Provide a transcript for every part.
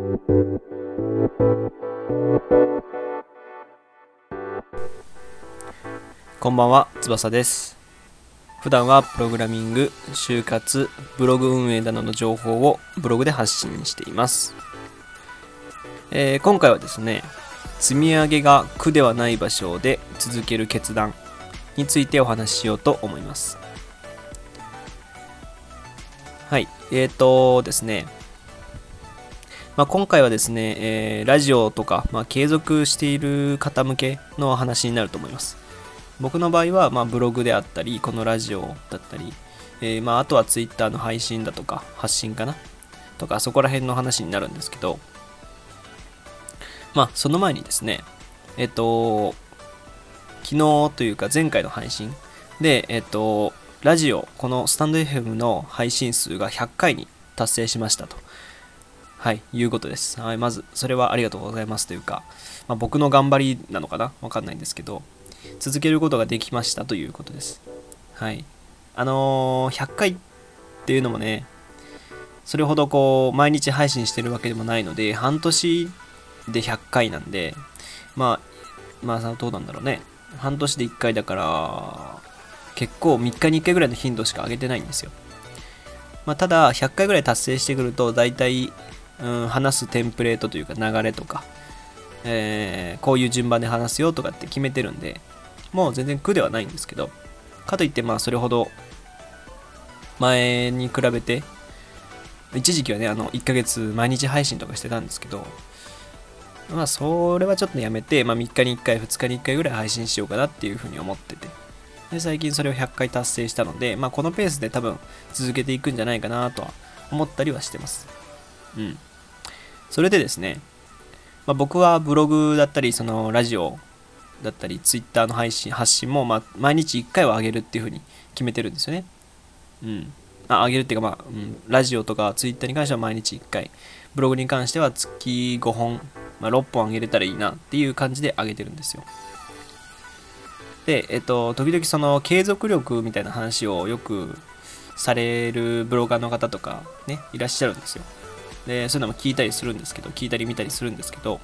こんばんは、翼です。普段はプログラミング、就活、ブログ運営などの情報をブログで発信しています。今回はですね、積み上げが苦ではない場所で続ける決断についてお話ししようと思います。はい、ですね、今回はですね、ラジオとか、継続している方向けの話になると思います。僕の場合は、ブログであったり、このラジオだったり、あとはツイッターの配信だとか、発信かなとか、そこら辺の話になるんですけど、その前にですね、昨日というか前回の配信で、ラジオ、このスタンド FM の配信数が100回に達成しましたと。はい、いうことです。はい、まず、それはありがとうございますというか、僕の頑張りなのかなわかんないんですけど、続けることができましたということです。はい。100回っていうのもね、それほど毎日配信してるわけでもないので、半年で100回なんで、どうなんだろうね。半年で1回だから、結構3日に1回ぐらいの頻度しか上げてないんですよ。ただ、100回ぐらい達成してくると、だいたい話すテンプレートというか流れとか、こういう順番で話すよとかって決めてるんで、もう全然苦ではないんですけど、かといってそれほど前に比べて、一時期はね、1ヶ月毎日配信とかしてたんですけど、それはちょっとやめて、3日に1回、2日に1回ぐらい配信しようかなっていうふうに思ってて、で最近それを100回達成したので、このペースで多分続けていくんじゃないかなとは思ったりはしてます。それでですね、僕はブログだったり、そのラジオだったり、ツイッターの発信も、毎日1回は上げるっていう風に決めてるんですよね。上げるっていうか、ラジオとかツイッターに関しては毎日1回、ブログに関しては月5本、6本上げれたらいいなっていう感じで上げてるんですよ。で、時々その継続力みたいな話をよくされるブロガーの方とかね、いらっしゃるんですよ。で、そういうのも聞いたり見たりするんですけど、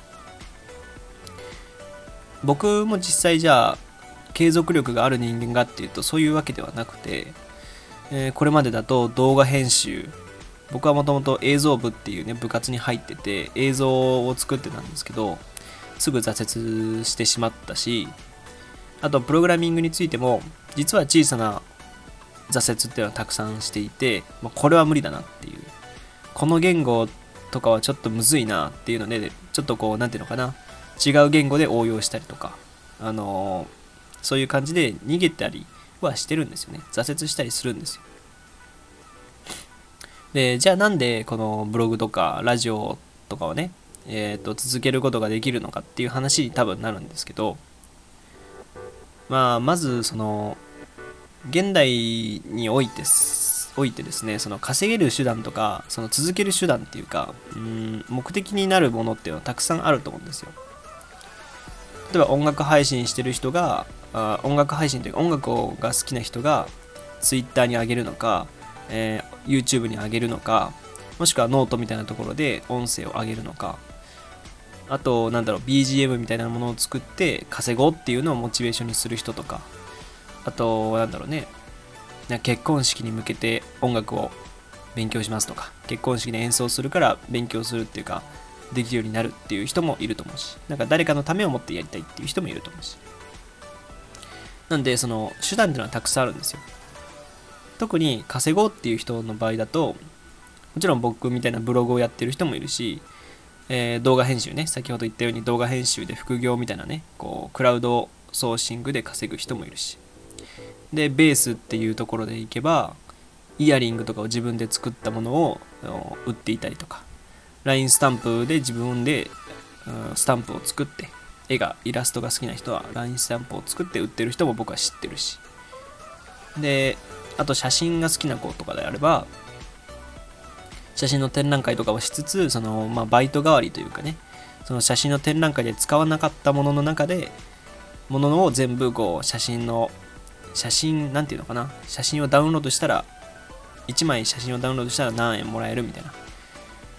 僕も実際じゃあ継続力がある人間がっていうとそういうわけではなくて、これまでだと動画編集、僕はもともと映像部っていうね部活に入ってて映像を作ってたんですけど、すぐ挫折してしまったし、あとプログラミングについても実は小さな挫折っていうのはたくさんしていて、これは無理だなっていう、この言語とかはちょっとむずいなっていうので、ちょっとなんていうのかな、違う言語で応用したりとか、そういう感じで逃げたりはしてるんですよね。挫折したりするんですよ。で、じゃあなんでこのブログとかラジオとかをね、続けることができるのかっていう話に多分なるんですけど、まずその現代においてですね、その稼げる手段とか、その続ける手段っていうか、目的になるものっていうのはたくさんあると思うんですよ。例えば音楽配信してる人が、音楽配信というか音楽が好きな人が Twitter に上げるのか、YouTube に上げるのか、もしくはノートみたいなところで音声を上げるのか、あとBGM みたいなものを作って稼ごうっていうのをモチベーションにする人とか、あと結婚式に向けて音楽を勉強しますとか、結婚式で演奏するから勉強するっていうかできるようになるっていう人もいると思うし、誰かのためを持ってやりたいっていう人もいると思うし、なんでその手段っていうのはたくさんあるんですよ。特に稼ごうっていう人の場合だと、もちろん僕みたいなブログをやってる人もいるし、動画編集ね、先ほど言ったように動画編集で副業みたいなね、クラウドソーシングで稼ぐ人もいるし、でベースっていうところでいけばイヤリングとかを自分で作ったものを売っていたりとか、LINE スタンプで自分でスタンプを作って、イラストが好きな人は LINE スタンプを作って売ってる人も僕は知ってるし、であと写真が好きな子とかであれば写真の展覧会とかをしつつ、そのバイト代わりというかね、その写真の展覧会で使わなかったものの中でものを全部写真なんていうのかな、写真をダウンロードしたら1枚写真をダウンロードしたら何円もらえるみたいな、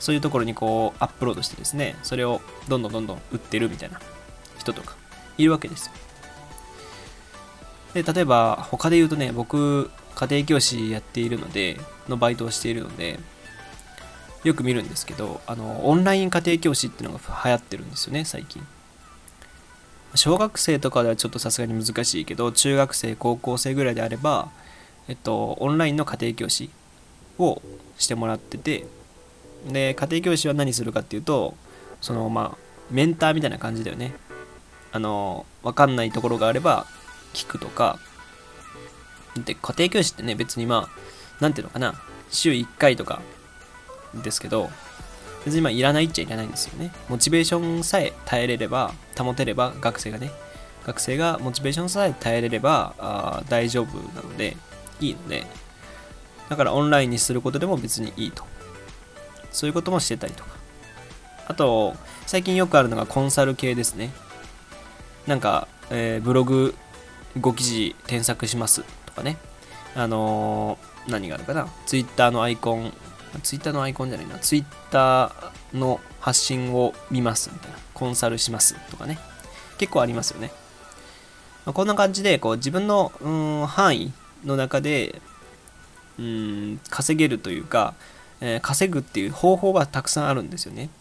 そういうところにこうアップロードしてですね、それをどんどん売ってるみたいな人とかいるわけですよ。で、例えば他で言うとね、僕家庭教師やっているのでのバイトをしているのでよく見るんですけど、オンライン家庭教師っていうのが流行ってるんですよね、最近。小学生とかではちょっとさすがに難しいけど、中学生高校生ぐらいであればオンラインの家庭教師をしてもらってて、で家庭教師は何するかっていうと、そのメンターみたいな感じだよね。分かんないところがあれば聞くとかで、家庭教師ってね、別になんていうのかな、週1回とかですけど、別にいらないっちゃいらないんですよね。モチベーションさえ耐えれれば、保てれば、学生がモチベーションさえ耐えれれば大丈夫なので、いいので、だからオンラインにすることでも別にいいと。そういうこともしてたりとか。あと、最近よくあるのがコンサル系ですね。なんか、ブログ5記事添削しますとかね。何があるかな。ツイッターのアイコンじゃないな。ツイッターの発信を見ますみたいな。コンサルしますとかね。結構ありますよね。こんな感じで、こう自分の範囲の中で稼げるというか、稼ぐっていう方法がたくさんあるんですよね。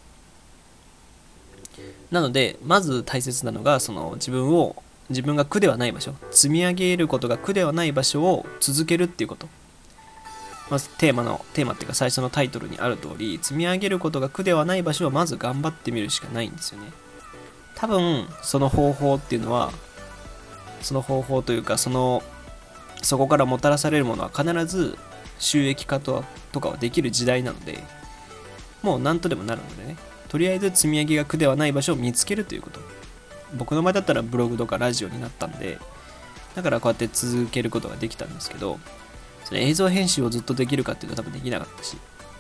なのでまず大切なのが、その自分が苦ではない場所、積み上げることが苦ではない場所を続けるっていうこと。まずテーマっていうか最初のタイトルにある通り、積み上げることが苦ではない場所をまず頑張ってみるしかないんですよね。多分その方法というか、そこからもたらされるものは必ず収益化とかはできる時代なので、もう何とでもなるのでね、とりあえず積み上げが苦ではない場所を見つけるということ。僕の場合だったらブログとかラジオになったんで、だからこうやって続けることができたんですけど、その映像編集をずっとできるかっていうと多分できなかったし、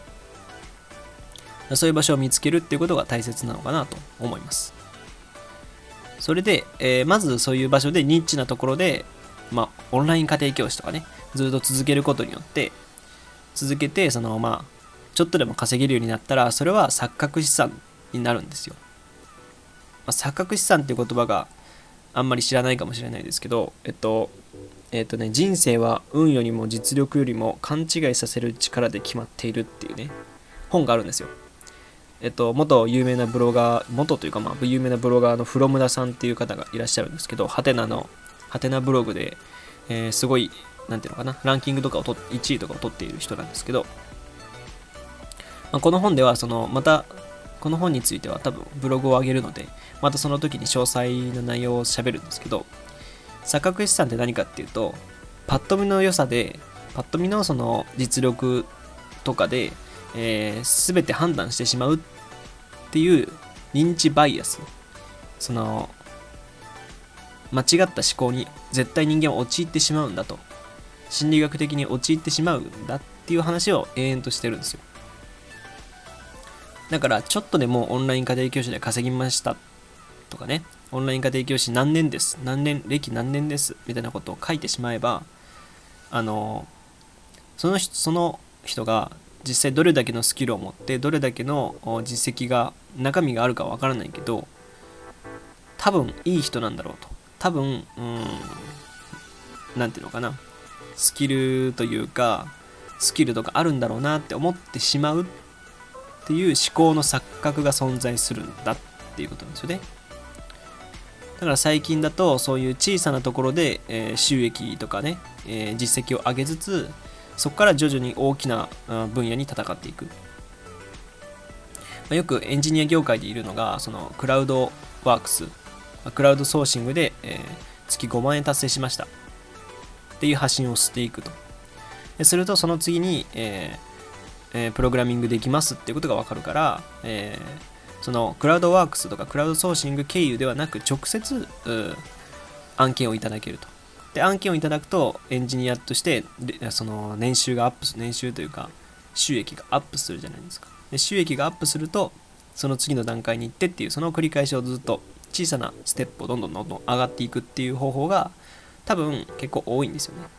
そういう場所を見つけるっていうことが大切なのかなと思います。それで、まずそういう場所でニッチなところで、オンライン家庭教師とかね、ずっと続けることによって、続けてちょっとでも稼げるようになったら、それは錯覚資産になるんですよ。錯覚資産っていう言葉があんまり知らないかもしれないですけど、人生は運よりも実力よりも勘違いさせる力で決まっているっていうね、本があるんですよ。元有名なブロガー、有名なブロガーのフロムダさんっていう方がいらっしゃるんですけど、ハテナブログで、すごい、なんていうのかな、ランキングとか1位とかを取っている人なんですけど、この本ではこの本については多分ブログを上げるので、またその時に詳細な内容を喋るんですけど、錯覚資産って何かっていうと、パッと見のその実力とかで、全て判断してしまうっていう認知バイアス、その間違った思考に絶対人間は陥ってしまうんだと、心理学的に陥ってしまうんだっていう話を延々としてるんですよ。だからちょっとでもオンライン家庭教師で稼ぎましたとかね、オンライン家庭教師歴何年ですみたいなことを書いてしまえば、その人が実際どれだけのスキルを持ってどれだけの実績が中身があるかわからないけど、多分いい人なんだろうと、多分なんていうのかな、スキルとかあるんだろうなって思ってしまうっていう思考の錯覚が存在するんだっていうことなんですよね。だから最近だとそういう小さなところで、収益とかね、実績を上げつつ、そこから徐々に大きな分野に戦っていく。よくエンジニア業界でいるのが、そのクラウドワークス、クラウドソーシングで、月5万円達成しましたっていう発信をしていくと。するとその次に、プログラミングできますっていうことが分かるから、そのクラウドワークスとかクラウドソーシング経由ではなく直接案件をいただけると。で、案件をいただくとエンジニアとしてその年収というか収益がアップするじゃないですか。で、収益がアップするとその次の段階に行ってっていう、その繰り返しをずっと小さなステップをどんどん上がっていくっていう方法が多分結構多いんですよね。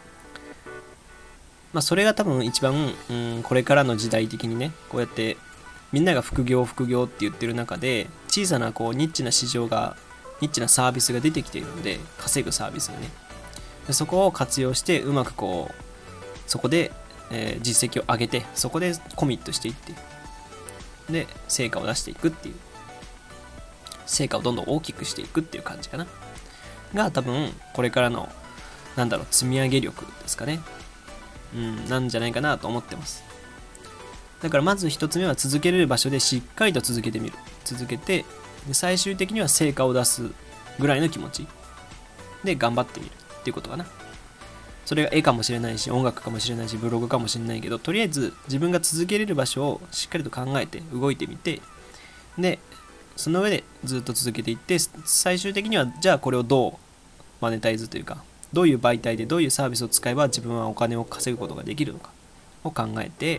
それが多分一番、これからの時代的にね、こうやってみんなが副業って言ってる中で、小さなこうニッチな市場が、ニッチなサービスが出てきているので、稼ぐサービスがね。でそこを活用してうまくこうそこで、実績を上げて、そこでコミットしていって、で成果を出していくっていう、成果をどんどん大きくしていくっていう感じかなが、多分これからの積み上げ力ですかね、なんじゃないかなと思ってます。だからまず一つ目は続けれる場所でしっかりと続けてみる、続けて、で最終的には成果を出すぐらいの気持ちで頑張ってみるっていうことかな。それが絵かもしれないし、音楽かもしれないし、ブログかもしれないけど、とりあえず自分が続けれる場所をしっかりと考えて動いてみて、でその上でずっと続けていって、最終的にはじゃあこれをどうマネタイズというか、どういう媒体でどういうサービスを使えば自分はお金を稼ぐことができるのかを考えて、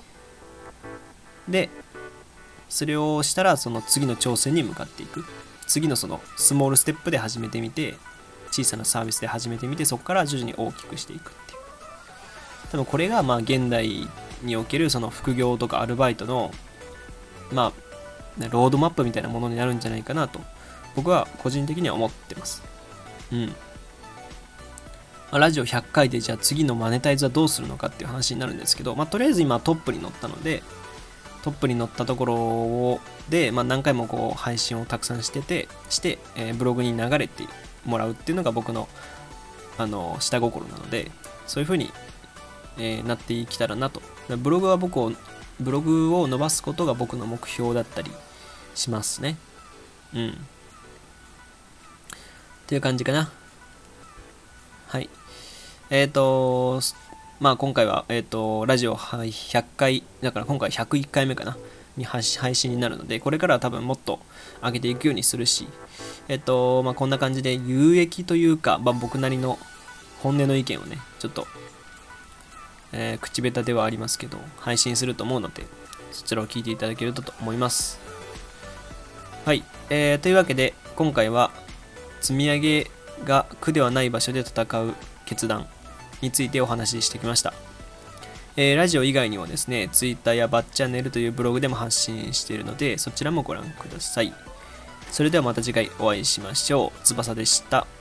でそれをしたらその次の挑戦に向かっていく、次のそのスモールステップで始めてみて、小さなサービスで始めてみて、そこから徐々に大きくしていくっていう、多分これが現代におけるその副業とかアルバイトのロードマップみたいなものになるんじゃないかなと僕は個人的には思ってます。ラジオ100回でじゃあ次のマネタイズはどうするのかっていう話になるんですけど、とりあえず今トップに乗ったので、トップに乗ったところで、何回もこう配信をたくさんして、ブログに流れてもらうっていうのが僕の下心なので、そういう風に、なっていけたらなと。ブログを伸ばすことが僕の目標だったりしますね。っていう感じかな。はい。今回は、ラジオ100回、だから今回101回目かなに配信になるので、これからは多分もっと上げていくようにするし、こんな感じで有益というか、僕なりの本音の意見をね、ちょっと、口下手ではありますけど、配信すると思うので、そちらを聞いていただけると思います。はい。というわけで、今回は、積み上げが苦ではない場所で戦う決断についてお話ししてきました。ラジオ以外にもですね、Twitter やバッチャンネルというブログでも発信しているので、そちらもご覧ください。それではまた次回お会いしましょう。翼でした。